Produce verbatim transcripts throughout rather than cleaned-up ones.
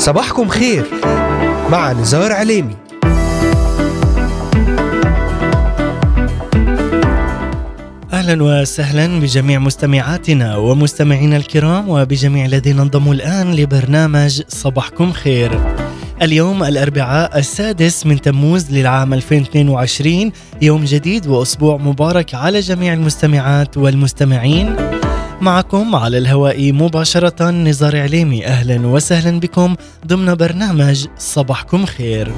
صباحكم خير مع نزار عليمي. أهلا وسهلا بجميع مستمعاتنا ومستمعينا الكرام وبجميع الذين انضموا الآن لبرنامج صباحكم خير. اليوم الأربعاء السادس من تموز للعام ألفين واثنين وعشرين، يوم جديد وأسبوع مبارك على جميع المستمعات والمستمعين. معكم على الهواء مباشرة نزار عليمي. أهلا وسهلا بكم ضمن برنامج صباحكم خير.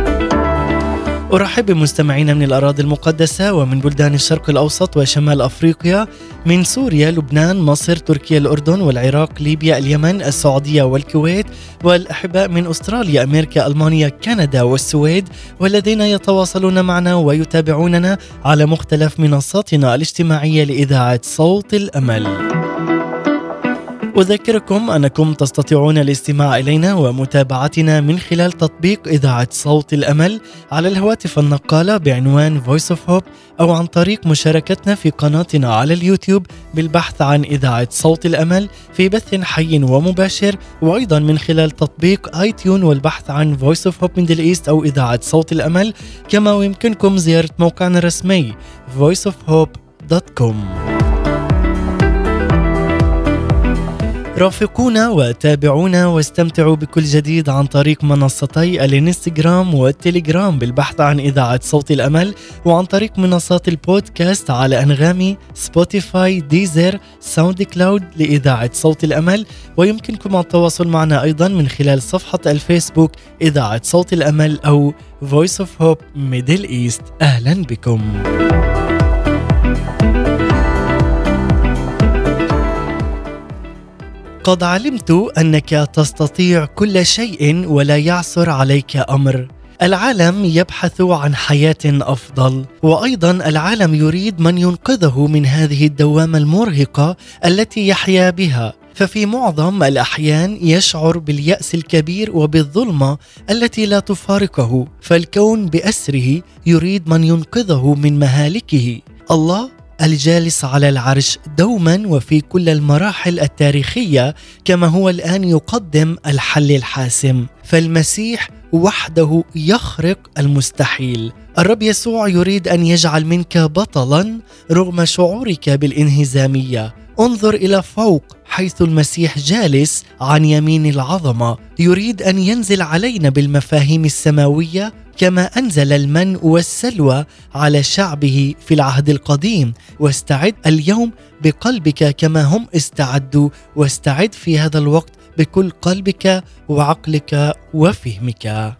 أرحب بمستمعينا من الأراضي المقدسة ومن بلدان الشرق الأوسط وشمال أفريقيا، من سوريا، لبنان، مصر، تركيا، الأردن والعراق، ليبيا، اليمن، السعودية والكويت، والأحباء من أستراليا، أمريكا، ألمانيا، كندا والسويد، والذين يتواصلون معنا ويتابعوننا على مختلف منصاتنا الاجتماعية لإذاعة صوت الأمل. أذكركم أنكم تستطيعون الاستماع إلينا ومتابعتنا من خلال تطبيق إذاعة صوت الأمل على الهواتف النقالة بعنوان Voice of Hope، أو عن طريق مشاركتنا في قناتنا على اليوتيوب بالبحث عن إذاعة صوت الأمل في بث حي ومباشر، وأيضا من خلال تطبيق آي تيون والبحث عن Voice of Hope Middle East أو إذاعة صوت الأمل. كما ويمكنكم زيارة موقعنا الرسمي voice of hope دوت كوم. رافقونا وتابعونا واستمتعوا بكل جديد عن طريق منصتي الانستغرام والتليجرام بالبحث عن إذاعة صوت الأمل، وعن طريق منصات البودكاست على أنغامي، سبوتيفاي، ديزر، ساوند كلاود لإذاعة صوت الأمل. ويمكنكم التواصل معنا أيضا من خلال صفحة الفيسبوك إذاعة صوت الأمل أو Voice of Hope Middle East. أهلا بكم. قد علمت أنك تستطيع كل شيء ولا يعثر عليك أمر. العالم يبحث عن حياة أفضل، وأيضا العالم يريد من ينقذه من هذه الدوامة المرهقة التي يحيا بها. ففي معظم الأحيان يشعر باليأس الكبير وبالظلمة التي لا تفارقه، فالكون بأسره يريد من ينقذه من مهالكه. الله الجالس على العرش دوما وفي كل المراحل التاريخية كما هو الآن يقدم الحل الحاسم، فالمسيح وحده يخرق المستحيل. الرب يسوع يريد أن يجعل منك بطلا رغم شعورك بالانهزامية. انظر إلى فوق حيث المسيح جالس عن يمين العظمة، يريد أن ينزل علينا بالمفاهيم السماوية كما أنزل المن والسلوى على شعبه في العهد القديم. واستعد اليوم بقلبك كما هم استعدوا، واستعد في هذا الوقت بكل قلبك وعقلك وفهمك.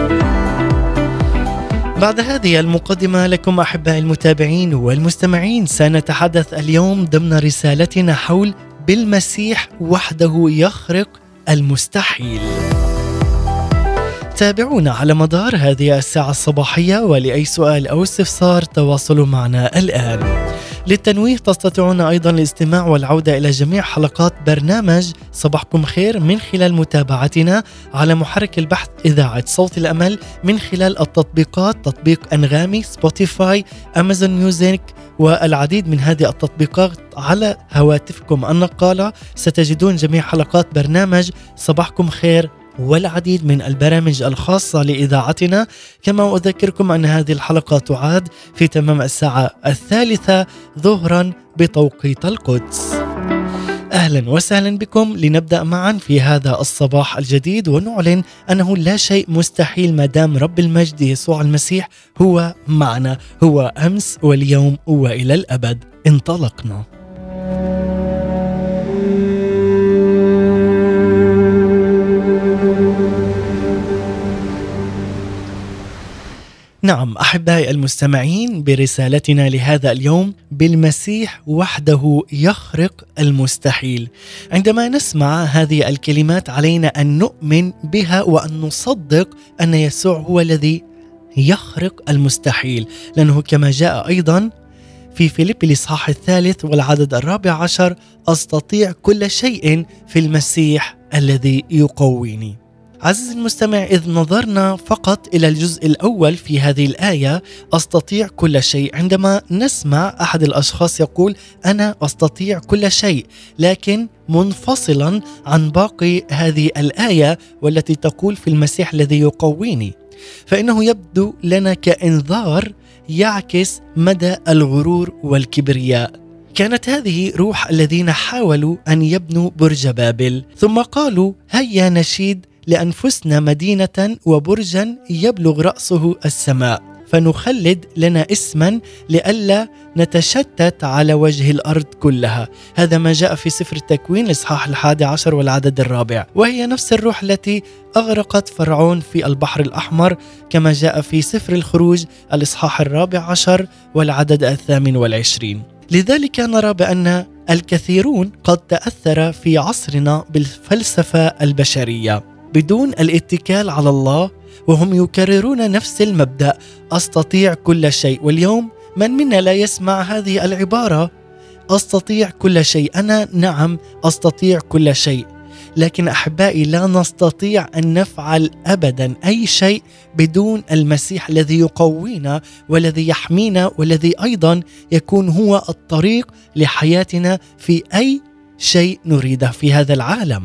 بعد هذه المقدمة لكم أحباء المتابعين والمستمعين، سنتحدث اليوم ضمن رسالتنا حول بالمسيح وحده يخرق المستحيل. تابعونا على مدار هذه الساعة الصباحية، ولأي سؤال أو استفسار تواصلوا معنا الآن. للتنويه تستطيعون أيضا الاستماع والعودة إلى جميع حلقات برنامج صباحكم خير من خلال متابعتنا على محرك البحث إذاعة صوت الأمل من خلال التطبيقات، تطبيق أنغامي، سبوتيفاي، أمازون ميوزك والعديد من هذه التطبيقات على هواتفكم النقالة. ستجدون جميع حلقات برنامج صباحكم خير والعديد من البرامج الخاصة لإذاعتنا. كما أذكركم أن هذه الحلقة تعاد في تمام الساعة الثالثة ظهرا بتوقيت القدس. أهلا وسهلا بكم. لنبدأ معا في هذا الصباح الجديد ونعلن أنه لا شيء مستحيل ما دام رب المجد يسوع المسيح هو معنا، هو أمس واليوم وإلى الأبد. انطلقنا. نعم أحبائي المستمعين، برسالتنا لهذا اليوم بالمسيح وحده يخرق المستحيل. عندما نسمع هذه الكلمات علينا أن نؤمن بها وأن نصدق أن يسوع هو الذي يخرق المستحيل، لأنه كما جاء أيضا في فيليب الإصحاح الثالث والعدد الرابع عشر: أستطيع كل شيء في المسيح الذي يقويني. عزيزي المستمع، إذ نظرنا فقط إلى الجزء الأول في هذه الآية أستطيع كل شيء، عندما نسمع أحد الأشخاص يقول أنا أستطيع كل شيء، لكن منفصلا عن باقي هذه الآية والتي تقول في المسيح الذي يقويني، فإنه يبدو لنا كإنذار يعكس مدى الغرور والكبرياء. كانت هذه روح الذين حاولوا أن يبنوا برج بابل، ثم قالوا هيا نشيد لأنفسنا مدينة وبرجا يبلغ رأسه السماء، فنخلد لنا اسما لئلا نتشتت على وجه الأرض كلها. هذا ما جاء في سفر التكوين الإصحاح الحادي عشر والعدد الرابع، وهي نفس الروح التي أغرقت فرعون في البحر الأحمر، كما جاء في سفر الخروج الإصحاح الرابع عشر والعدد الثامن والعشرين. لذلك نرى بأن الكثيرون قد تأثر في عصرنا بالفلسفة البشرية بدون الاتكال على الله، وهم يكررون نفس المبدأ أستطيع كل شيء. واليوم من منا لا يسمع هذه العبارة أستطيع كل شيء؟ أنا نعم أستطيع كل شيء، لكن أحبائي لا نستطيع أن نفعل أبدا أي شيء بدون المسيح الذي يقوينا والذي يحمينا والذي أيضا يكون هو الطريق لحياتنا في أي شيء نريده في هذا العالم.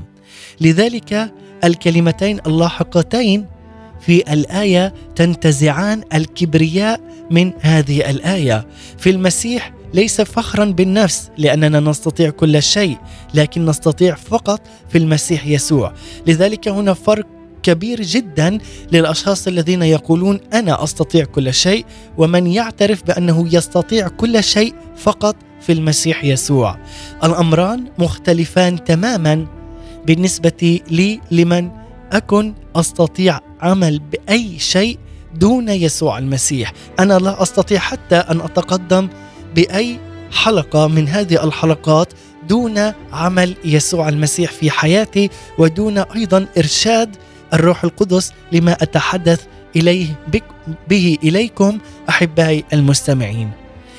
لذلك الكلمتين اللاحقتين في الآية تنتزعان الكبرياء من هذه الآية. في المسيح ليس فخرا بالنفس لأننا نستطيع كل شيء، لكن نستطيع فقط في المسيح يسوع. لذلك هنا فرق كبير جدا للأشخاص الذين يقولون أنا أستطيع كل شيء، ومن يعترف بأنه يستطيع كل شيء فقط في المسيح يسوع. الأمران مختلفان تماما بالنسبة لي لمن أكن أستطيع عمل بأي شيء دون يسوع المسيح. أنا لا أستطيع حتى أن أتقدم بأي حلقة من هذه الحلقات دون عمل يسوع المسيح في حياتي، ودون أيضا إرشاد الروح القدس لما أتحدث إليه به إليكم أحبائي المستمعين.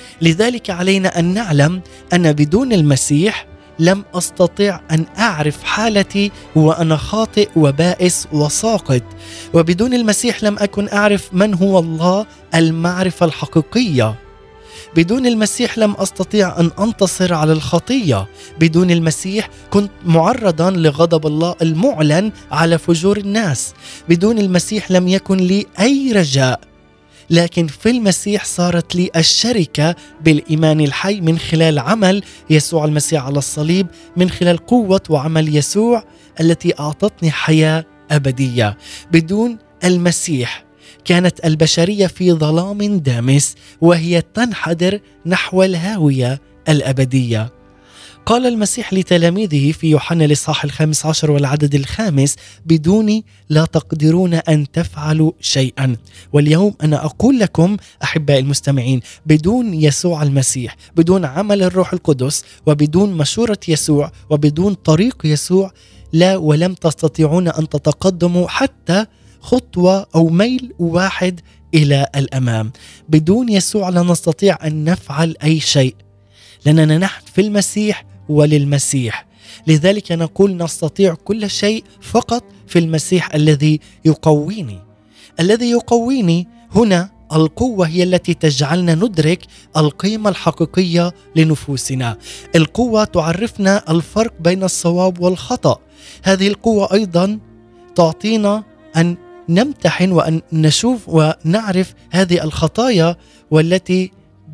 لذلك علينا أن نعلم أن بدون المسيح لم أستطيع أن أعرف حالتي وأنا خاطئ وبائس وساقط، وبدون المسيح لم أكن أعرف من هو الله المعرفة الحقيقية. بدون المسيح لم أستطيع أن أنتصر على الخطية. بدون المسيح كنت معرضا لغضب الله المعلن على فجور الناس. بدون المسيح لم يكن لي أي رجاء، لكن في المسيح صارت لي الشركة بالإيمان الحي من خلال عمل يسوع المسيح على الصليب، من خلال قوة وعمل يسوع التي أعطتني حياة أبدية. بدون المسيح كانت البشرية في ظلام دامس وهي تنحدر نحو الهاوية الأبدية. قال المسيح لتلاميذه في يوحنا الإصحاح الخامس عشر والعدد الخامس بدوني لا تقدرون أن تفعلوا شيئا. واليوم أنا أقول لكم أحبائي المستمعين، بدون يسوع المسيح، بدون عمل الروح القدس وبدون مشورة يسوع وبدون طريق يسوع لا ولم تستطيعون أن تتقدموا حتى خطوة أو ميل واحد إلى الأمام. بدون يسوع لا نستطيع أن نفعل أي شيء، لأننا نحن في المسيح وللمسيح. لذلك نقول نستطيع كل شيء فقط في المسيح الذي يقويني. الذي يقويني هنا القوة هي التي تجعلنا ندرك القيمة الحقيقية لنفوسنا. القوة تعرفنا الفرق بين الصواب والخطأ. هذه القوة أيضا تعطينا أن نمتحن وأن نشوف ونعرف هذه الخطايا والتي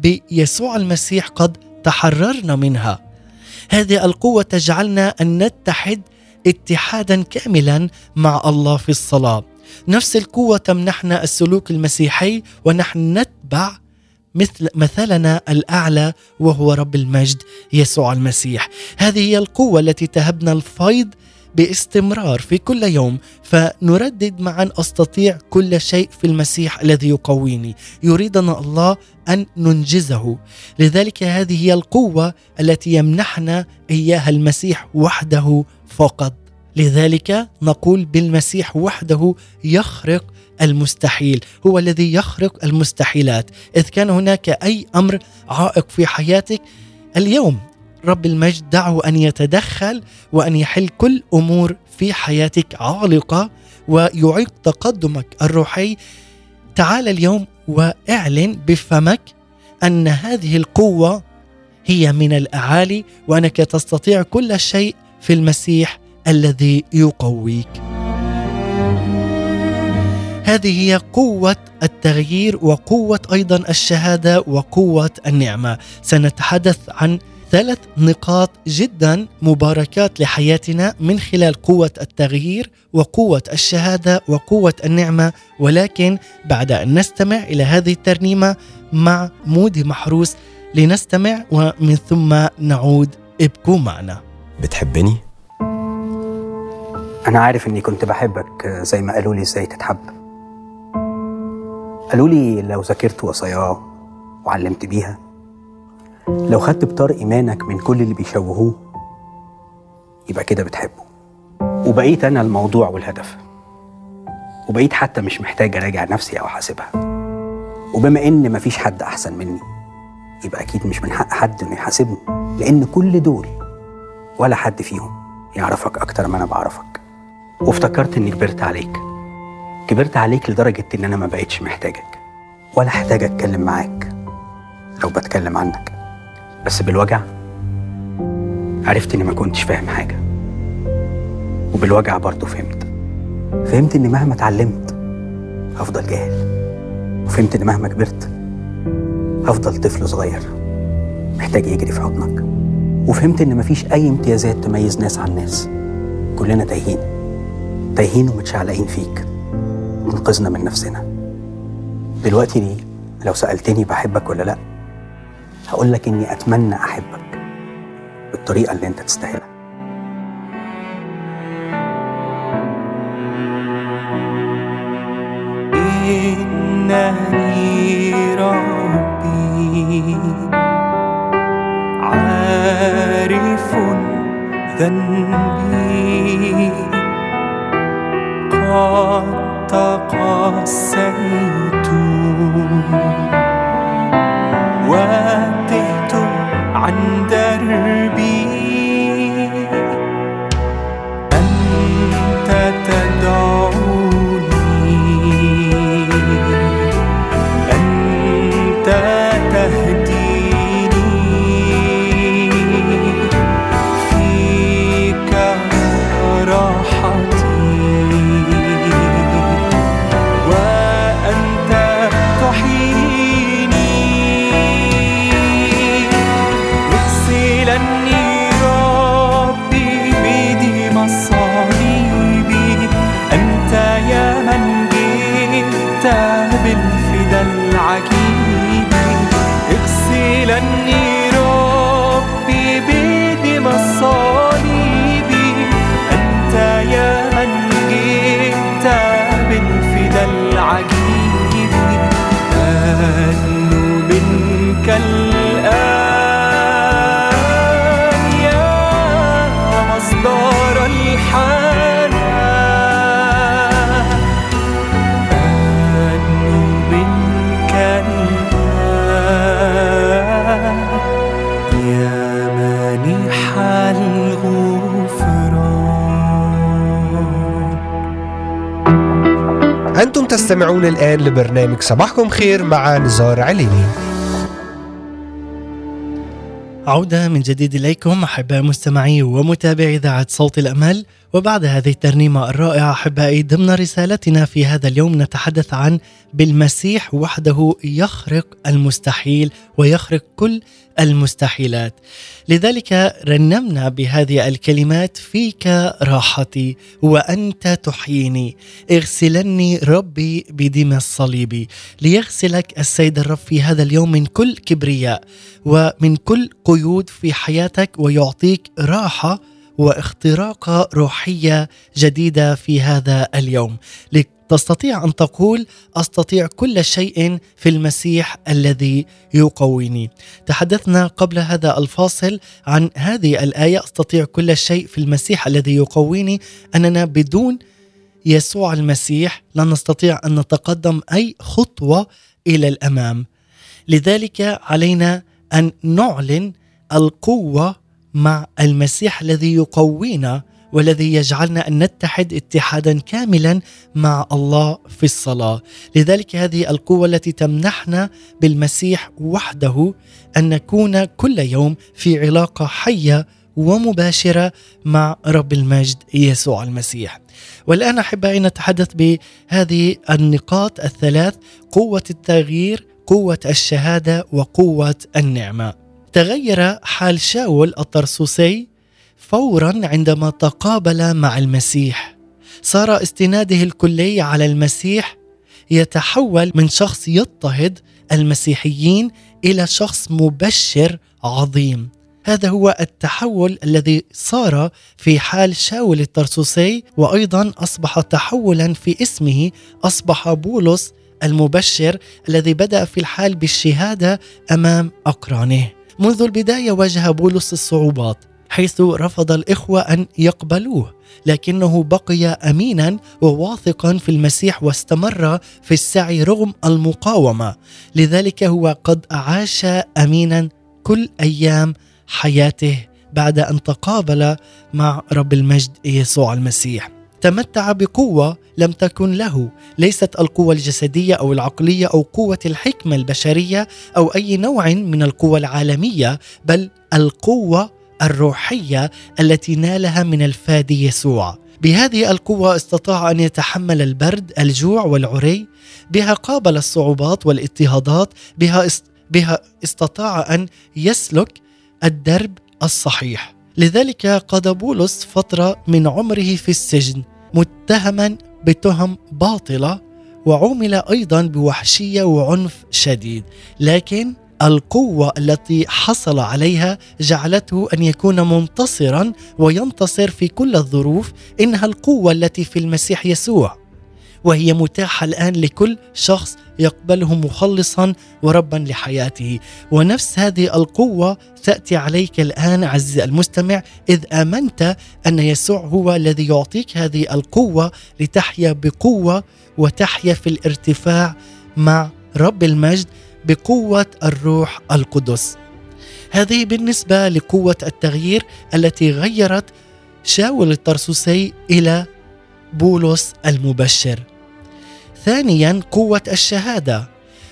بيسوع المسيح قد تحررنا منها. هذه القوة تجعلنا أن نتحد اتحادا كاملا مع الله في الصلاة. نفس القوة تمنحنا السلوك المسيحي ونحن نتبع مثل مثلنا الأعلى وهو رب المجد يسوع المسيح. هذه هي القوة التي تهبنا الفيض باستمرار في كل يوم، فنردد معا أستطيع كل شيء في المسيح الذي يقويني. يريدنا الله أن ننجزه. لذلك هذه هي القوة التي يمنحنا إياها المسيح وحده فقط. لذلك نقول بالمسيح وحده يخرق المستحيل، هو الذي يخرق المستحيلات. إذ كان هناك أي أمر عائق في حياتك اليوم، رب المجد دعه أن يتدخل وأن يحل كل أمور في حياتك عالقة، ويعيق تقدمك الروحي، تعال اليوم واعلن بفمك أن هذه القوة هي من الأعالي، وأنك تستطيع كل شيء في المسيح الذي يقويك. هذه هي قوة التغيير وقوة أيضا الشهادة وقوة النعمة. سنتحدث عن ثلاث نقاط جدا مباركات لحياتنا من خلال قوة التغيير وقوة الشهادة وقوة النعمة، ولكن بعد أن نستمع إلى هذه الترنيمة مع مودي محروس. لنستمع ومن ثم نعود. ابقوا معنا. بتحبني؟ أنا عارف إني كنت بحبك زي ما قالوا لي إزاي تتحب. قالوا لي لو ذاكرت وصاياه وعلمت بيها، لو خدت بطار إيمانك من كل اللي بيشوهوه، يبقى كده بتحبه. وبقيت أنا الموضوع والهدف، وبقيت حتى مش محتاج أراجع نفسي أو حاسبها. وبما إن مفيش حد أحسن مني، يبقى أكيد مش من حق حد إنه يحاسبني، لأن كل دول ولا حد فيهم يعرفك أكتر ما أنا بعرفك. وافتكرت إني كبرت عليك، كبرت عليك لدرجة إن أنا ما بقيتش محتاجك ولا احتاج أتكلم معاك لو بتكلم عنك. بس بالوجع عرفت إني ما كنتش فاهم حاجة، وبالوجع برضو فهمت فهمت إني مهما اتعلمت هفضل جاهل، وفهمت إني مهما كبرت هفضل طفل صغير محتاج يجري في حضنك. وفهمت إن مفيش أي امتيازات تميز ناس عن ناس، كلنا تايهين تايهين ومتشعلقين فيك، انقذنا من نفسنا. دلوقتي ليه لو سألتني بحبك ولا لأ، هقولك إني أتمنى أحبك بالطريقة اللي أنت تستاهلها. إنني ربي عارف ذنبي، قد تقصيت وتهت عن دربي. أنت تدعوني، أنت تهديني، فيك راحتي، وأنت تحييني. اغسلني ربي بدم الصليب، أنت يا من جئت بالفدا العجيب. اغسلني ربي بدم الصليب، أنت يا من جئت بالفدا العجيب. أنو منك الآن يا مصدر الحياة، أنو منك الآن يا مانح الغفران. أنتم تستمعون الآن لبرنامج صباحكم خير مع نزار عليمي. عودة من جديد إليكم أحباء مستمعي ومتابعي إذاعة صوت الأمل. وبعد هذه الترنيمة الرائعة أحبائي، ضمن رسالتنا في هذا اليوم نتحدث عن بالمسيح وحده يخرق المستحيل ويخرق كل المستحيلات. لذلك رنمنا بهذه الكلمات: فيك راحتي وأنت تحييني، اغسلني ربي بدم الصليب. ليغسلك السيد الرب في هذا اليوم من كل كبرياء ومن كل قيود في حياتك، ويعطيك راحة واختراقة روحية جديدة في هذا اليوم، لتستطيع أن تقول: أستطيع كل شيء في المسيح الذي يقويني. تحدثنا قبل هذا الفاصل عن هذه الآية: أستطيع كل شيء في المسيح الذي يقويني، أننا بدون يسوع المسيح لن نستطيع أن نتقدم أي خطوة إلى الأمام. لذلك علينا أن نعلن القوة مع المسيح الذي يقوينا، والذي يجعلنا أن نتحد اتحادا كاملا مع الله في الصلاة. لذلك هذه القوة التي تمنحنا بالمسيح وحده أن نكون كل يوم في علاقة حية ومباشرة مع رب المجد يسوع المسيح. والآن أحبائي نتحدث بهذه النقاط الثلاث: قوة التغيير، قوة الشهادة، وقوة النعمة. تغير حال شاول الطرسوسي فورا عندما تقابل مع المسيح. صار استناده الكلي على المسيح يتحول من شخص يضطهد المسيحيين إلى شخص مبشر عظيم. هذا هو التحول الذي صار في حال شاول الطرسوسي، وأيضا أصبح تحولا في اسمه، أصبح بولس المبشر الذي بدأ في الحال بالشهادة أمام أقرانه. منذ البداية واجه بولس الصعوبات، حيث رفض الإخوة أن يقبلوه، لكنه بقي أمينا وواثقا في المسيح واستمر في السعي رغم المقاومة. لذلك هو قد عاش أمينا كل أيام حياته بعد أن تقابل مع رب المجد يسوع المسيح. تمتع بقوة لم تكن له، ليست القوة الجسدية أو العقلية أو قوة الحكمة البشرية أو أي نوع من القوة العالمية، بل القوة الروحية التي نالها من الفادي يسوع. بهذه القوة استطاع أن يتحمل البرد، الجوع والعري، بها قابل الصعوبات والاضطهادات، بها است... بها استطاع أن يسلك الدرب الصحيح. لذلك قضى بولس فترة من عمره في السجن متهما بتهم باطلة، وعُمل أيضا بوحشية وعنف شديد، لكن القوة التي حصل عليها جعلته أن يكون منتصرا وينتصر في كل الظروف. إنها القوة التي في المسيح يسوع، وهي متاحة الآن لكل شخص يقبله مخلصا وربا لحياته. ونفس هذه القوة تأتي عليك الآن عزيزي المستمع، إذ آمنت أن يسوع هو الذي يعطيك هذه القوة لتحيا بقوة وتحيا في الارتفاع مع رب المجد بقوة الروح القدس. هذه بالنسبة لقوة التغيير التي غيرت شاول الطرسوسي إلى بولس المبشر. ثانيا قوة الشهادة،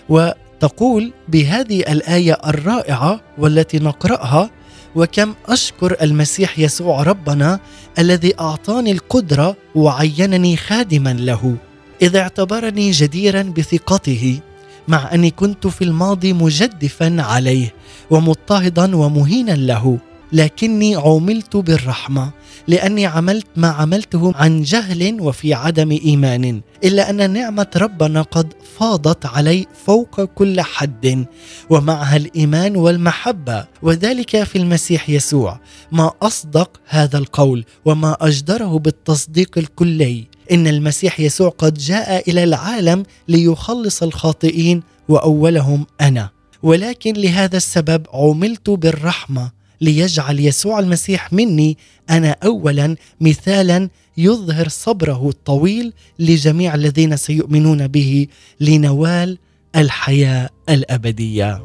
وتقول بهذه الآية الرائعة والتي نقرأها: وكم أشكر المسيح يسوع ربنا الذي أعطاني القدرة وعينني خادما له، إذ اعتبرني جديرا بثقته، مع أني كنت في الماضي مجدفا عليه ومضطهدا ومهينا له، لكني عوملت بالرحمة، لأني عملت ما عملته عن جهل وفي عدم إيمان، إلا أن نعمة ربنا قد فاضت علي فوق كل حد، ومعها الإيمان والمحبة، وذلك في المسيح يسوع. ما أصدق هذا القول وما أجدره بالتصديق الكلي، إن المسيح يسوع قد جاء إلى العالم ليخلص الخاطئين وأولهم أنا، ولكن لهذا السبب عملت بالرحمة، ليجعل يسوع المسيح مني أنا أولا مثالا يظهر صبره الطويل لجميع الذين سيؤمنون به لنوال الحياة الأبدية.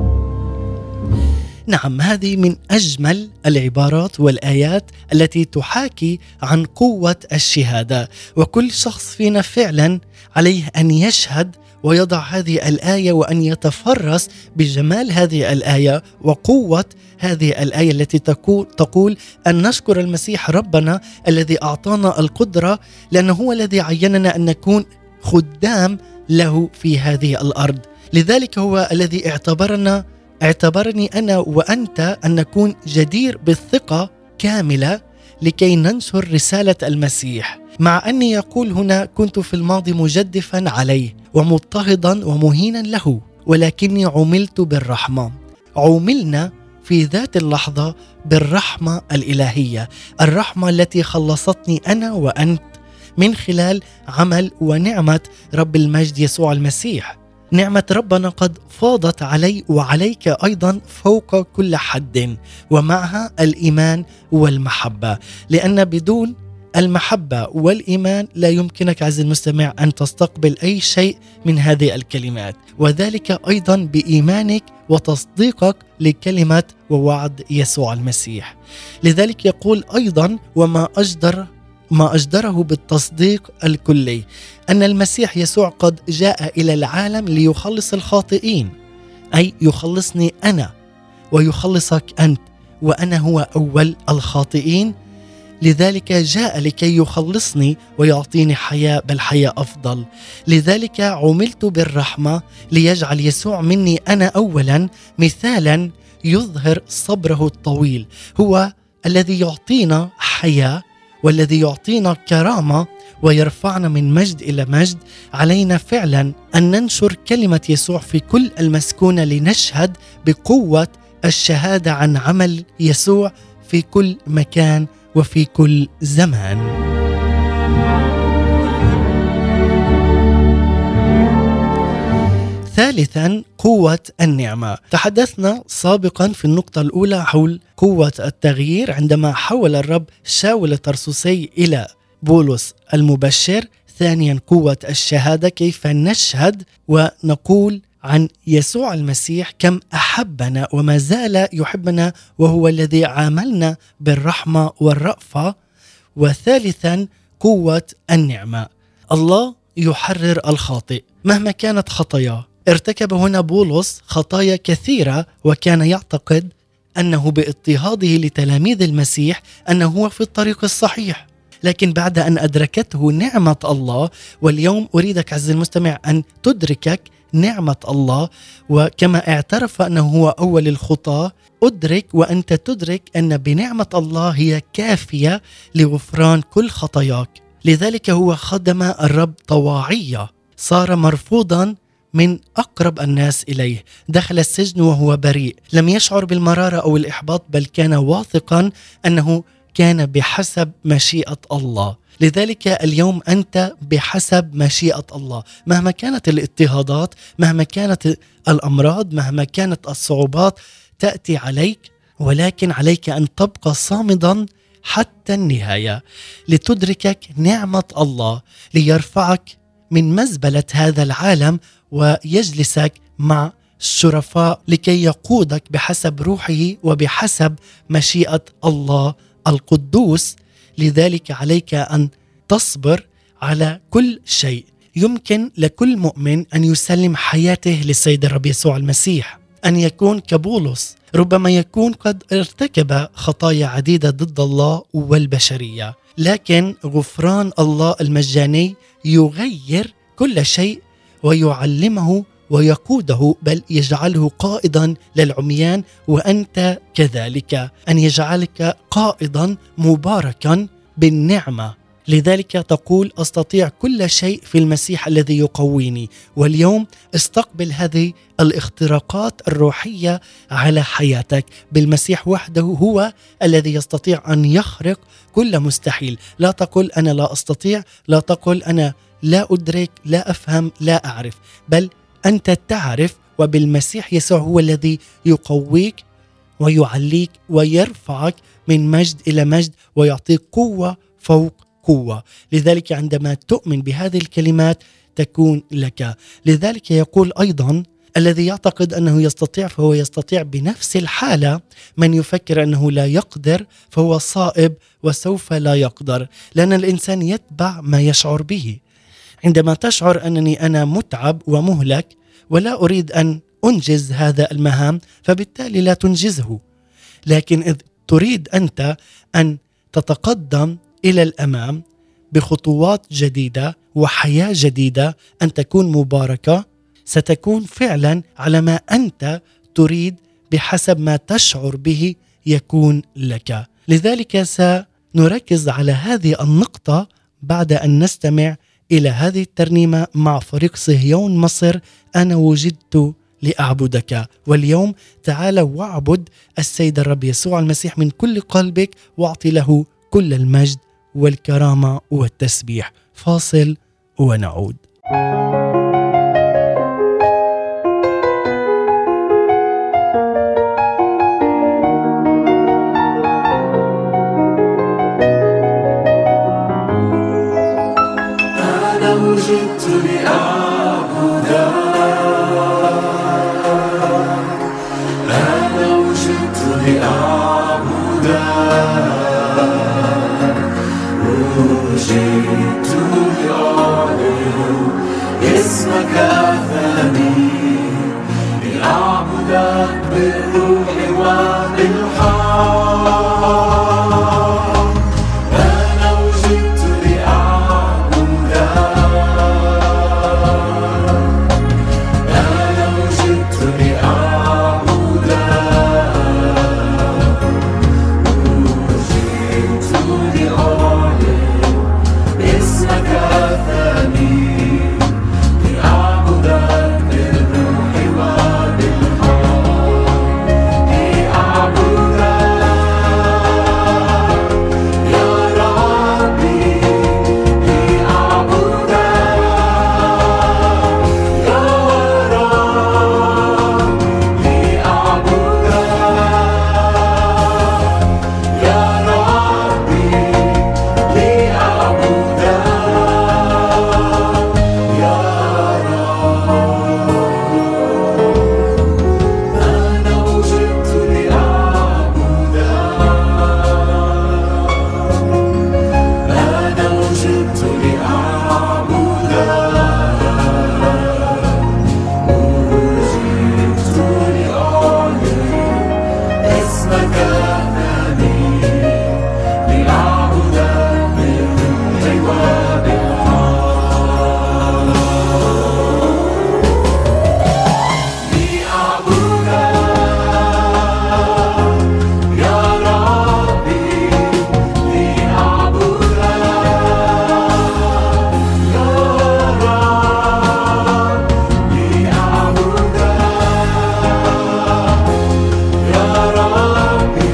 نعم، هذه من أجمل العبارات والآيات التي تحاكي عن قوة الشهادة، وكل شخص فينا فعلا عليه أن يشهد ويضع هذه الآية وأن يتفرس بجمال هذه الآية وقوة هذه الآية التي تقول أن نشكر المسيح ربنا الذي أعطانا القدرة، لأنه هو الذي عيننا أن نكون خدام له في هذه الأرض. لذلك هو الذي اعتبرنا اعتبرني أنا وأنت أن نكون جدير بالثقة كاملة لكي ننشر رسالة المسيح، مع أني يقول هنا كنت في الماضي مجدفا عليه ومضطهدا ومهينا له، ولكني عملت بالرحمة. عملنا في ذات اللحظة بالرحمة الإلهية، الرحمة التي خلصتني أنا وأنت من خلال عمل ونعمة رب المجد يسوع المسيح. نعمة ربنا قد فاضت علي وعليك أيضا فوق كل حد، ومعها الإيمان والمحبة، لأن بدون المحبة والإيمان لا يمكنك عز المستمع أن تستقبل أي شيء من هذه الكلمات، وذلك أيضا بإيمانك وتصديقك لكلمة ووعد يسوع المسيح. لذلك يقول أيضا وما أجدر ما أجدره بالتصديق الكلي أن المسيح يسوع قد جاء إلى العالم ليخلص الخاطئين، أي يخلصني أنا ويخلصك أنت، وأنا هو أول الخاطئين. لذلك جاء لكي يخلصني ويعطيني حياة، بل حياة أفضل. لذلك عملت بالرحمة ليجعل يسوع مني أنا أولا مثالا يظهر صبره الطويل، هو الذي يعطينا حياة والذي يعطينا كرامة ويرفعنا من مجد إلى مجد. علينا فعلا أن ننشر كلمة يسوع في كل المسكونة لنشهد بقوة الشهادة عن عمل يسوع في كل مكان وفي كل زمان. ثالثا قوة النعمة. تحدثنا سابقا في النقطة الأولى حول قوة التغيير عندما حول الرب شاول الترسوسي إلى بولس المبشر. ثانيا قوة الشهادة، كيف نشهد ونقول عن يسوع المسيح كم أحبنا وما زال يحبنا وهو الذي عاملنا بالرحمة والرأفة. وثالثا قوة النعمة، الله يحرر الخاطئ مهما كانت خطاياه. ارتكب هنا بولس خطايا كثيرة وكان يعتقد أنه باضطهاده لتلاميذ المسيح أنه هو في الطريق الصحيح، لكن بعد أن أدركته نعمة الله، واليوم أريدك عز المستمع أن تدركك نعمة الله، وكما اعترف أنه هو أول الخطاة أدرك وأنت تدرك أن بنعمة الله هي كافية لغفران كل خطاياك. لذلك هو خدم الرب طواعية، صار مرفوضا من أقرب الناس إليه، دخل السجن وهو بريء، لم يشعر بالمرارة أو الإحباط، بل كان واثقا أنه كان بحسب مشيئة الله. لذلك اليوم أنت بحسب مشيئة الله، مهما كانت الاضطهادات، مهما كانت الأمراض، مهما كانت الصعوبات تأتي عليك، ولكن عليك أن تبقى صامدا حتى النهاية لتدركك نعمة الله، ليرفعك من مزبلة هذا العالم ويجلسك مع الشرفاء لكي يقودك بحسب روحه وبحسب مشيئة الله القدوس. لذلك عليك أن تصبر على كل شيء. يمكن لكل مؤمن أن يسلم حياته للسيد الرب يسوع المسيح، أن يكون كبولس، ربما يكون قد ارتكب خطايا عديدة ضد الله والبشرية، لكن غفران الله المجاني يغير كل شيء ويعلمه ويقوده، بل يجعله قائدا للعميان، وأنت كذلك أن يجعلك قائدا مباركا بالنعمة. لذلك تقول أستطيع كل شيء في المسيح الذي يقويني. واليوم استقبل هذه الاختراقات الروحية على حياتك، بالمسيح وحده هو الذي يستطيع أن يخرق كل مستحيل. لا تقل أنا لا أستطيع، لا تقل أنا لا أدرك، لا أفهم، لا أعرف، بل أنت تعرف، وبالمسيح يسوع هو الذي يقويك ويعليك ويرفعك من مجد إلى مجد ويعطيك قوة فوق قوة. لذلك عندما تؤمن بهذه الكلمات تكون لك. لذلك يقول أيضا الذي يعتقد أنه يستطيع فهو يستطيع بنفس الحالة، من يفكر أنه لا يقدر فهو صائب وسوف لا يقدر، لأن الإنسان يتبع ما يشعر به. عندما تشعر أنني أنا متعب ومهلك ولا أريد أن أنجز هذا المهام، فبالتالي لا تنجزه. لكن إذ تريد أنت أن تتقدم إلى الأمام بخطوات جديدة وحياة جديدة، أن تكون مباركة، ستكون فعلا على ما أنت تريد بحسب ما تشعر به يكون لك. لذلك سنركز على هذه النقطة بعد أن نستمع إلى هذه الترنيمة مع فريق صهيون مصر، أنا وجدت لأعبدك. واليوم تعال واعبد السيد الرب يسوع المسيح من كل قلبك واعطي له كل المجد والكرامة والتسبيح. فاصل ونعود. جئت لأعلن اسمك الثاني، لأعبدك بالروح وبالحق. أنا وجدت لأعبدك، أنا وجدت لأعبدك، وجئت لأعلن اسمك الثاني، لأعبدك بالروح وبالحق، لأعبدك يا ربي، لأعبدك يا رب، لأعبدك يا ربي، لأعبدك يا رب. أنا وجدت لأعبدك، أنا وجدت لأعبدك، وجئت لأعلن اسمك الثاني، لأعبدك بالروح وبالحق، لأعبدك يا ربي، لأعبدك يا رب، لأعبدك يا ربي،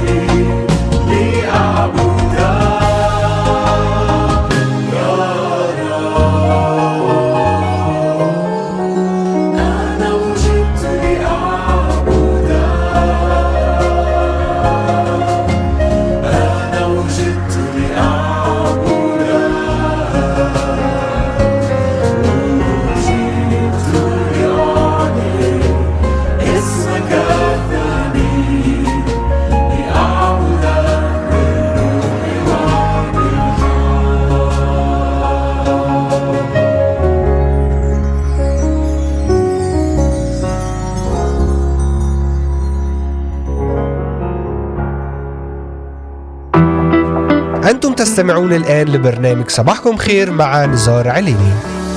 أنتم تستمعون الآن لبرنامج صباحكم خير مع نزار عليني.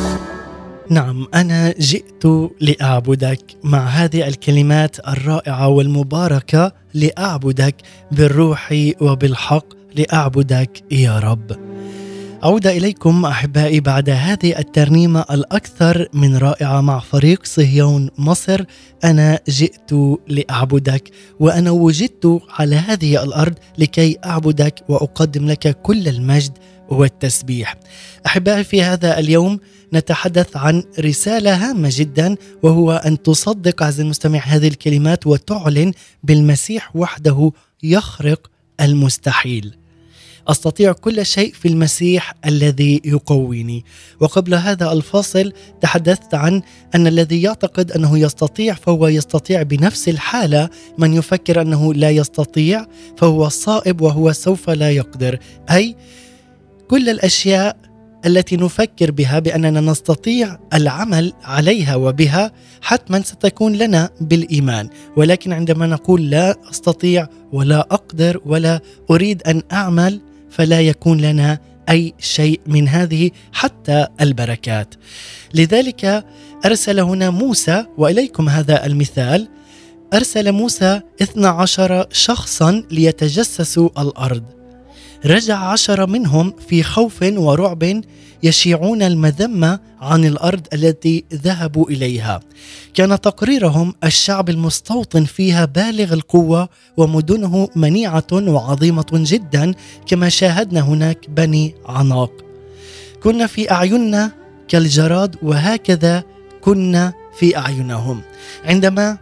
نعم، أنا جئت لأعبدك، مع هذه الكلمات الرائعة والمباركة، لأعبدك بالروح وبالحق، لأعبدك يا رب. أعود إليكم أحبائي بعد هذه الترنيمة الأكثر من رائعة مع فريق صهيون مصر. أنا جئت لأعبدك، وأنا وجدت على هذه الأرض لكي أعبدك وأقدم لك كل المجد والتسبيح. أحبائي، في هذا اليوم نتحدث عن رسالة هامة جدا، وهو أن تصدق عز المستمع هذه الكلمات وتعلن بالمسيح وحده يخرق المستحيل. أستطيع كل شيء في المسيح الذي يقويني. وقبل هذا الفاصل تحدثت عن أن الذي يعتقد أنه يستطيع فهو يستطيع بنفس الحالة، من يفكر أنه لا يستطيع فهو صائب وهو سوف لا يقدر. أي كل الأشياء التي نفكر بها بأننا نستطيع العمل عليها وبها حتما ستكون لنا بالإيمان، ولكن عندما نقول لا أستطيع ولا أقدر ولا أريد أن أعمل، فلا يكون لنا أي شيء من هذه حتى البركات. لذلك أرسل هنا موسى، وإليكم هذا المثال. أرسل موسى اثنا عشر شخصا ليتجسسوا الأرض. رجع عشرة منهم في خوف ورعب يشيعون المذمة عن الأرض التي ذهبوا إليها. كان تقريرهم الشعب المستوطن فيها بالغ القوة ومدنه منيعة وعظيمة جدا، كما شاهدنا هناك بني عناق. كنا في أعيننا كالجراد، وهكذا كنا في أعينهم. عندما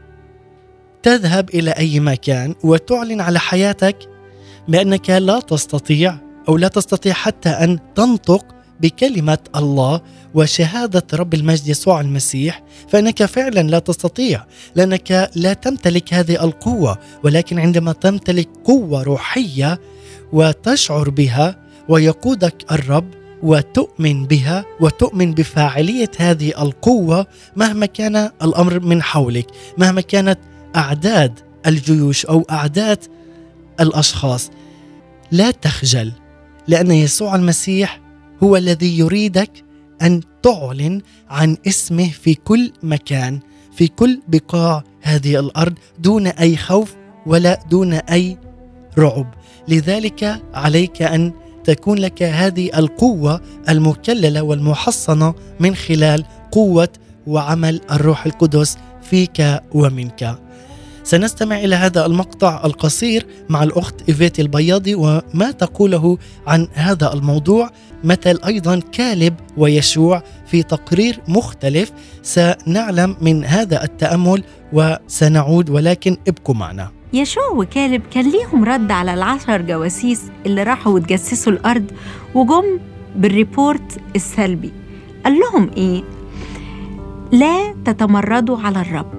تذهب إلى أي مكان وتعلن على حياتك بأنك لا تستطيع أو لا تستطيع حتى أن تنطق بكلمة الله وشهادة رب المجد يسوع المسيح، فإنك فعلا لا تستطيع، لأنك لا تمتلك هذه القوة. ولكن عندما تمتلك قوة روحية وتشعر بها ويقودك الرب، وتؤمن بها وتؤمن بفاعلية هذه القوة مهما كان الأمر من حولك، مهما كانت أعداد الجيوش أو أعداد الأشخاص. لا تخجل، لأن يسوع المسيح هو الذي يريدك أن تعلن عن اسمه في كل مكان، في كل بقاع هذه الأرض، دون أي خوف ولا دون أي رعب. لذلك عليك أن تكون لك هذه القوة المكللة والمحصنة من خلال قوة وعمل الروح القدس فيك ومنك. سنستمع إلى هذا المقطع القصير مع الأخت إيفيت البياضي وما تقوله عن هذا الموضوع، مثل أيضا كالب ويشوع في تقرير مختلف سنعلم من هذا التأمل وسنعود، ولكن ابقوا معنا. يشوع وكالب كان ليهم رد على العشر جواسيس اللي راحوا وتجسسوا الأرض وجم بالريبورت السلبي. قال لهم إيه؟ لا تتمردوا على الرب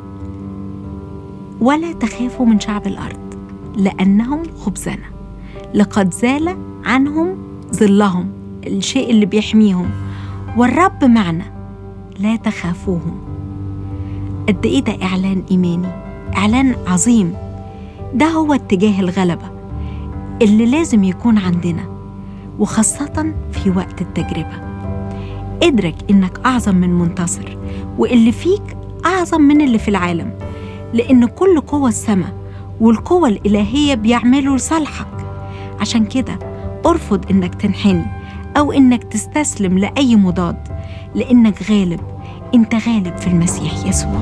ولا تخافوا من شعب الأرض لأنهم خبزنا، لقد زال عنهم ظلهم، الشيء اللي بيحميهم، والرب معنا لا تخافوهم. قد إيه ده إعلان إيماني، إعلان عظيم. ده هو اتجاه الغلبة اللي لازم يكون عندنا، وخاصة في وقت التجربة. ادرك إنك أعظم من منتصر، واللي فيك أعظم من اللي في العالم، لأن كل قوة السماء والقوة الإلهية بيعملوا لصالحك. عشان كده ارفض إنك تنحني أو إنك تستسلم لأي مضاد، لأنك غالب. أنت غالب في المسيح يسوع.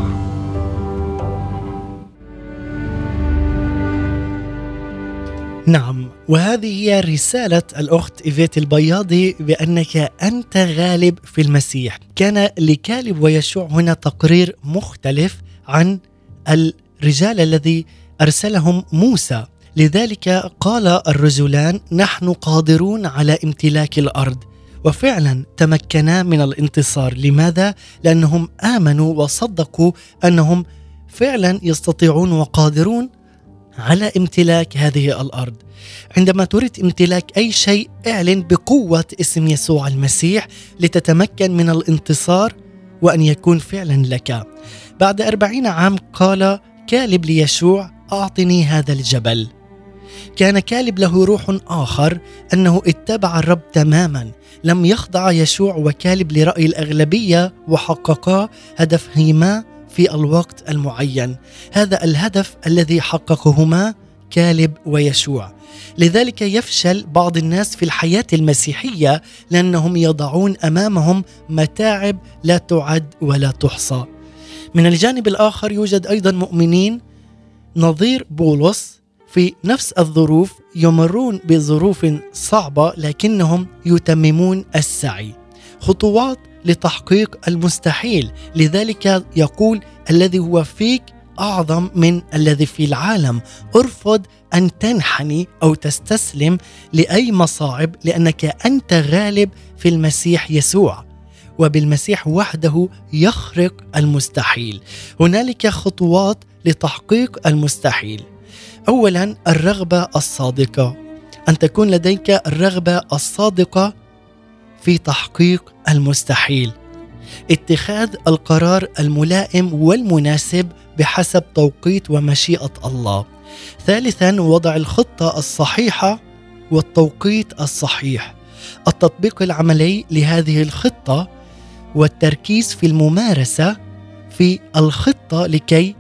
نعم، وهذه هي رسالة الأخت إيفيت البياضي بأنك أنت غالب في المسيح. كان لكالب ويشوع هنا تقرير مختلف عن الرجال الذي أرسلهم موسى. لذلك قال الرجلان نحن قادرون على امتلاك الأرض، وفعلا تمكنا من الانتصار. لماذا؟ لأنهم آمنوا وصدقوا أنهم فعلا يستطيعون وقادرون على امتلاك هذه الأرض. عندما تريد امتلاك أي شيء اعلن بقوة اسم يسوع المسيح لتتمكن من الانتصار وأن يكون فعلا لك. بعد أربعين عام قال كالب ليشوع أعطني هذا الجبل. كان كالب له روح آخر، أنه اتبع الرب تماما، لم يخضع يشوع وكالب لرأي الأغلبية وحققا هدفهما في الوقت المعين. هذا الهدف الذي حققهما كالب ويشوع. لذلك يفشل بعض الناس في الحياة المسيحية لأنهم يضعون أمامهم متاعب لا تعد ولا تحصى. من الجانب الآخر يوجد أيضا مؤمنين نظير بولس في نفس الظروف، يمرون بظروف صعبة لكنهم يتممون السعي، خطوات لتحقيق المستحيل. لذلك يقول الذي هو فيك أعظم من الذي في العالم. ارفض أن تنحني أو تستسلم لأي مصاعب، لأنك أنت غالب في المسيح يسوع، وبالمسيح وحده يخرق المستحيل. هنالك خطوات لتحقيق المستحيل. أولا الرغبة الصادقة، أن تكون لديك الرغبة الصادقة في تحقيق المستحيل، اتخاذ القرار الملائم والمناسب بحسب توقيت ومشيئة الله. ثالثا وضع الخطة الصحيحة والتوقيت الصحيح، التطبيق العملي لهذه الخطة والتركيز في الممارسة في الخطة لكي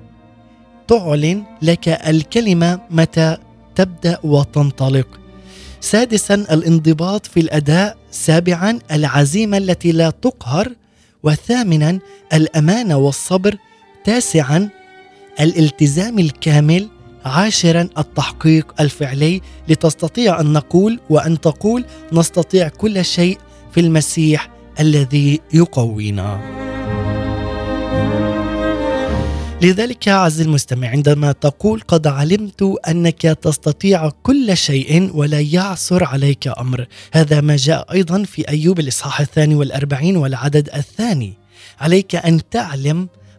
تعلن لك الكلمة متى تبدأ وتنطلق. سادسا الانضباط في الأداء. سابعا العزيمة التي لا تقهر. وثامنا الأمانة والصبر. تاسعا الالتزام الكامل. عاشرا التحقيق الفعلي، لتستطيع أن نقول وأن تقول نستطيع كل شيء في المسيح الذي يقوينا. لذلك عزيزي المستمع، عندما تقول قد علمت أنك تستطيع كل شيء ولا يعثر عليك أمر، هذا ما جاء أيضا في أيوب الإصحاح الثاني والأربعين والعدد الثاني. عليك أن تعلم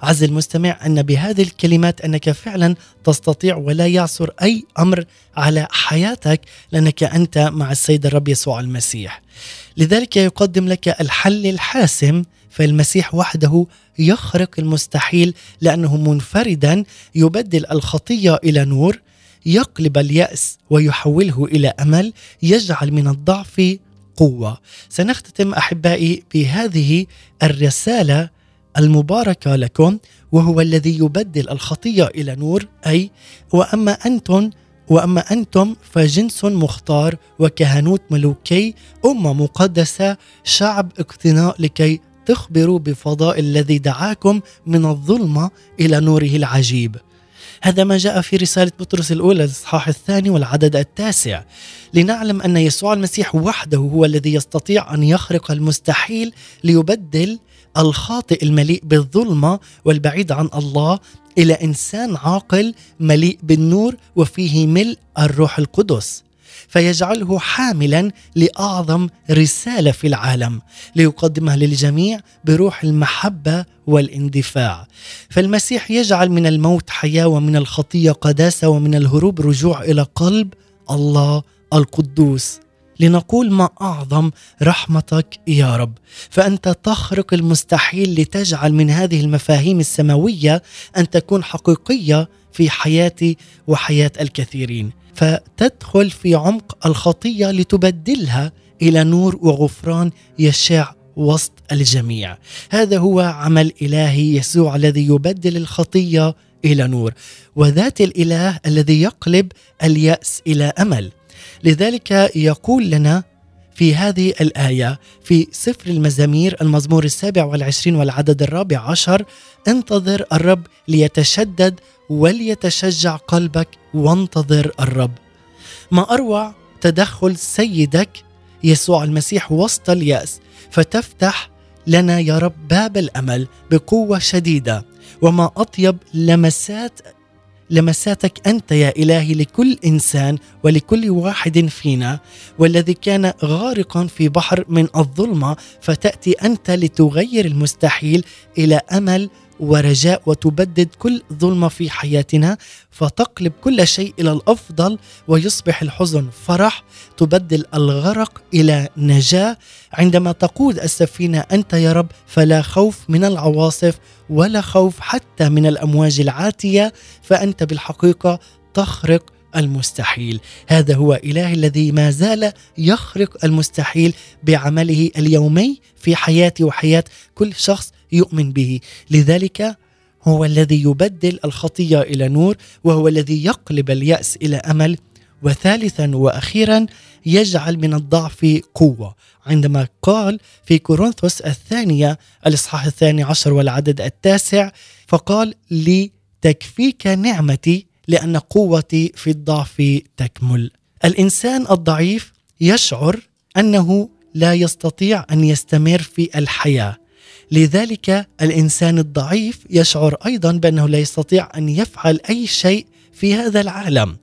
عز المستمع أن بهذه الكلمات أنك فعلا تستطيع ولا يعثر أي أمر على حياتك، لأنك أنت مع السيد الرب يسوع المسيح. لذلك يقدم لك الحل الحاسم، فالمسيح وحده يخرق المستحيل، لأنه منفردا يبدل الخطية إلى نور، يقلب اليأس ويحوله إلى أمل، يجعل من الضعف قوة. سنختتم أحبائي بهذه الرسالة المباركة لكم، وهو الذي يبدل الخطية إلى نور، أي وأما أنتم وأما أنتم فجنس مختار وكهنوت ملوكي، أمة مقدسة، شعب اقتناء، لكي تخبروا بفضائل الذي دعاكم من الظلمة إلى نوره العجيب. هذا ما جاء في رسالة بطرس الأولى الإصحاح الثاني والعدد التاسع. لنعلم أن يسوع المسيح وحده هو الذي يستطيع أن يخرق المستحيل ليبدل الخاطئ المليء بالظلمة والبعيد عن الله إلى إنسان عاقل مليء بالنور وفيه ملء الروح القدس، فيجعله حاملا لأعظم رسالة في العالم ليقدمها للجميع بروح المحبة والاندفاع. فالمسيح يجعل من الموت حياة، ومن الخطية قداسة، ومن الهروب رجوع إلى قلب الله القدوس. لنقول ما أعظم رحمتك يا رب، فأنت تخرق المستحيل لتجعل من هذه المفاهيم السماوية أن تكون حقيقية في حياتي وحياة الكثيرين، فتدخل في عمق الخطية لتبدلها إلى نور وغفران يشع وسط الجميع. هذا هو عمل إلهي يسوع الذي يبدل الخطية إلى نور، وذات الإله الذي يقلب اليأس إلى أمل. لذلك يقول لنا في هذه الآية في سفر المزامير المزمور السابع والعشرين والعدد الرابع عشر: انتظر الرب ليتشدد وليتشجع قلبك، وانتظر الرب. ما أروع تدخل سيدك يسوع المسيح وسط اليأس، فتفتح لنا يا رب باب الأمل بقوة شديدة. وما أطيب لمسات لمساتك أنت يا إلهي لكل إنسان ولكل واحد فينا، والذي كان غارقا في بحر من الظلمة، فتأتي أنت لتغير المستحيل إلى أمل ورجاء، وتبدد كل ظلمة في حياتنا، فتقلب كل شيء إلى الأفضل، ويصبح الحزن فرح، تبدل الغرق إلى نجاة. عندما تقود السفينة أنت يا رب فلا خوف من العواصف ولا خوف حتى من الأمواج العاتية، فأنت بالحقيقة تخرق المستحيل. هذا هو إله الذي ما زال يخرق المستحيل بعمله اليومي في حياتي وحياة كل شخص يؤمن به. لذلك هو الذي يبدل الخطية إلى نور، وهو الذي يقلب اليأس إلى أمل، وثالثا وأخيرا يجعل من الضعف قوة، عندما قال في كورنثوس الثانية الإصحاح الثاني عشر والعدد التاسع: فقال لي تكفيك نعمتي لأن قوتي في الضعف تكمل. الإنسان الضعيف يشعر أنه لا يستطيع أن يستمر في الحياة، لذلك الإنسان الضعيف يشعر أيضا بأنه لا يستطيع أن يفعل أي شيء في هذا العالم.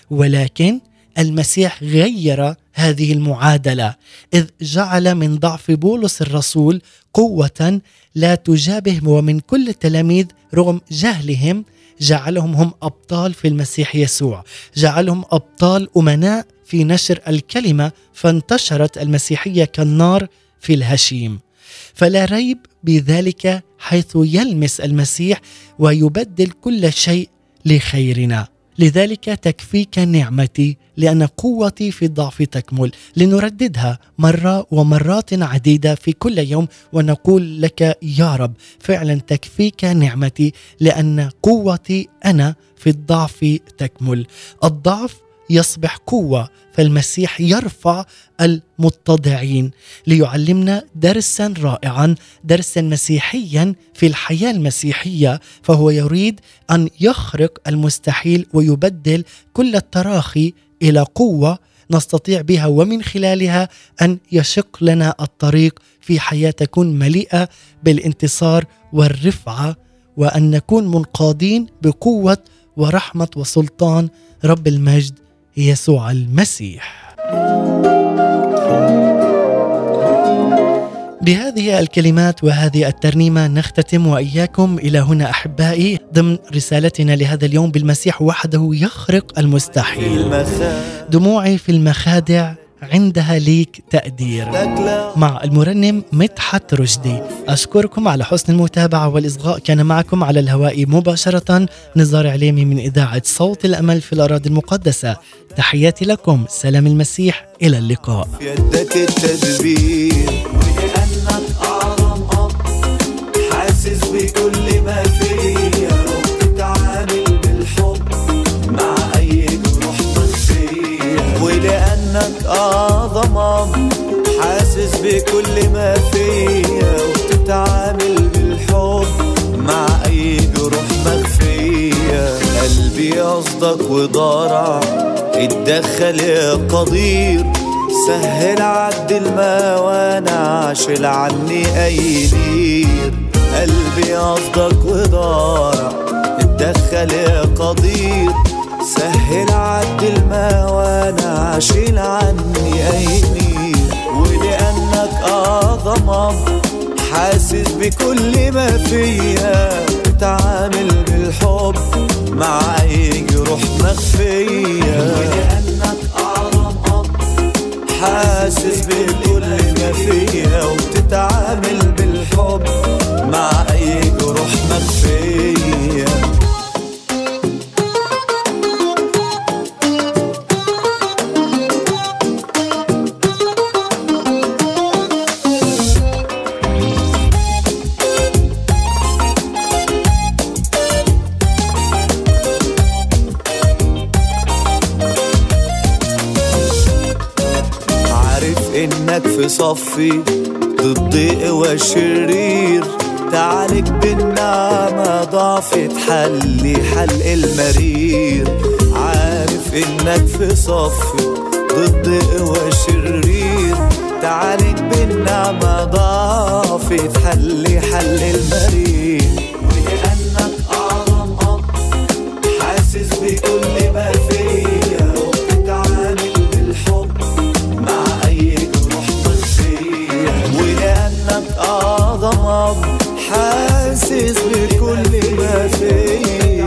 ولكن المسيح غير هذه المعادلة، إذ جعل من ضعف بولس الرسول قوة لا تجابه، ومن كل التلاميذ رغم جهلهم جعلهم هم أبطال في المسيح يسوع، جعلهم أبطال أمناء في نشر الكلمة، فانتشرت المسيحية كالنار في الهشيم. فلا ريب بذلك حيث يلمس المسيح ويبدل كل شيء لخيرنا. لذلك تكفيك نعمتي لأن قوتي في الضعف تكمل. لنرددها مرة ومرات عديدة في كل يوم ونقول لك يا رب فعلا تكفيك نعمتي لأن قوتي أنا في الضعف تكمل. الضعف يصبح قوة، فالمسيح يرفع المتضعين ليعلمنا درسا رائعا، درسا مسيحيا في الحياة المسيحية. فهو يريد أن يخرق المستحيل ويبدل كل التراخي إلى قوة نستطيع بها ومن خلالها أن يشق لنا الطريق في حياة تكون مليئة بالانتصار والرفعة، وأن نكون منقادين بقوة ورحمة وسلطان رب المجد يسوع المسيح. بهذه الكلمات وهذه الترنيمة نختتم وإياكم إلى هنا أحبائي ضمن رسالتنا لهذا اليوم بالمسيح وحده يخرق المستحيل. دموعي في المخادع عندها ليك تقدير، مع المرنم مدحت رشدي. أشكركم على حسن المتابعة والإصغاء. كان معكم على الهواء مباشرة نزار عليمي من إذاعة صوت الأمل في الأراضي المقدسة. تحياتي لكم، سلام المسيح، إلى اللقاء. في يدك التدبير، ولأنك أعظم أب حاسس بكل ما فيا، وبتتعامل بالحب مع أي جروح مخفية. ولأنك أعظم أب حاسس بكل ما فيا، وبتتعامل بالحب مع أي جروح مخفية. قلبي قصدك وضارع، اتدخل يا قدير، سهل عد الموانع، شيل عني أي نير. قلبي قصدك وضارع، اتدخل يا قدير، سهل عد الموانع، شيل عني أي نير. ولأنك أعظم أب حاسس بكل ما فيا، بتعامل بالحب مع أي جروح مخفية. ولأنك أعظم أب حاسس بكل ما فيا، وبتتعامل بالحب مع أي جروح مخفية. إنك في صفي ضد قوى الشرير، تعالج بالنعمة ضعف تحلي حلق المرير. عارف إنك في صفي ضد قوى الشرير، تعالج بالنعمة ضعف تحلي حلق المرير. ولأنك أعظم أب حاسس بكل ما فيا، وبتتعامل بالحب مع أي جروح مخفية. ولأنك أعظم أب حاسس بكل ما فيا،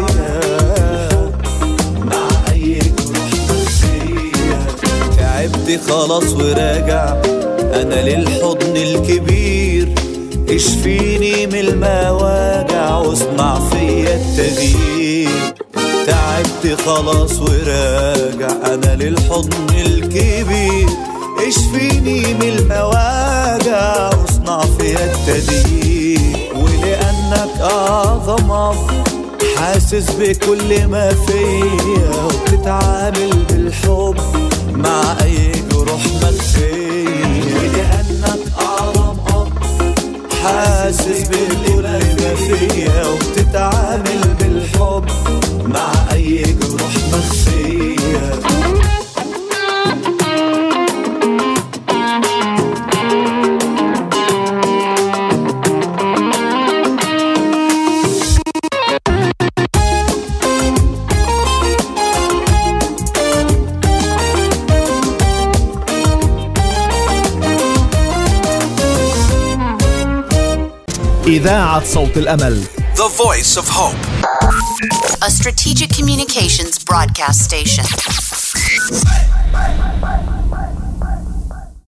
مع أي جروح مخفية. تعبت خلاص وراجع أنا للحضن الكبير، اشفيني من المواجع واصنع فيا التغيير. تعبت خلاص وراجع أنا للحضن الكبير، اشفيني من المواجع واصنع فيا التغيير. ولأنك أعظم أب حاسس بكل ما فيا، وبتتعامل بالحب مع أي جروح مخفية. ولأنك أعظم أب حاسس بكل ما فيا، وبتتعامل بالحب مع أي جروح مخفية. إذاعة صوت الأمل. The Voice of Hope. A strategic communications broadcast station.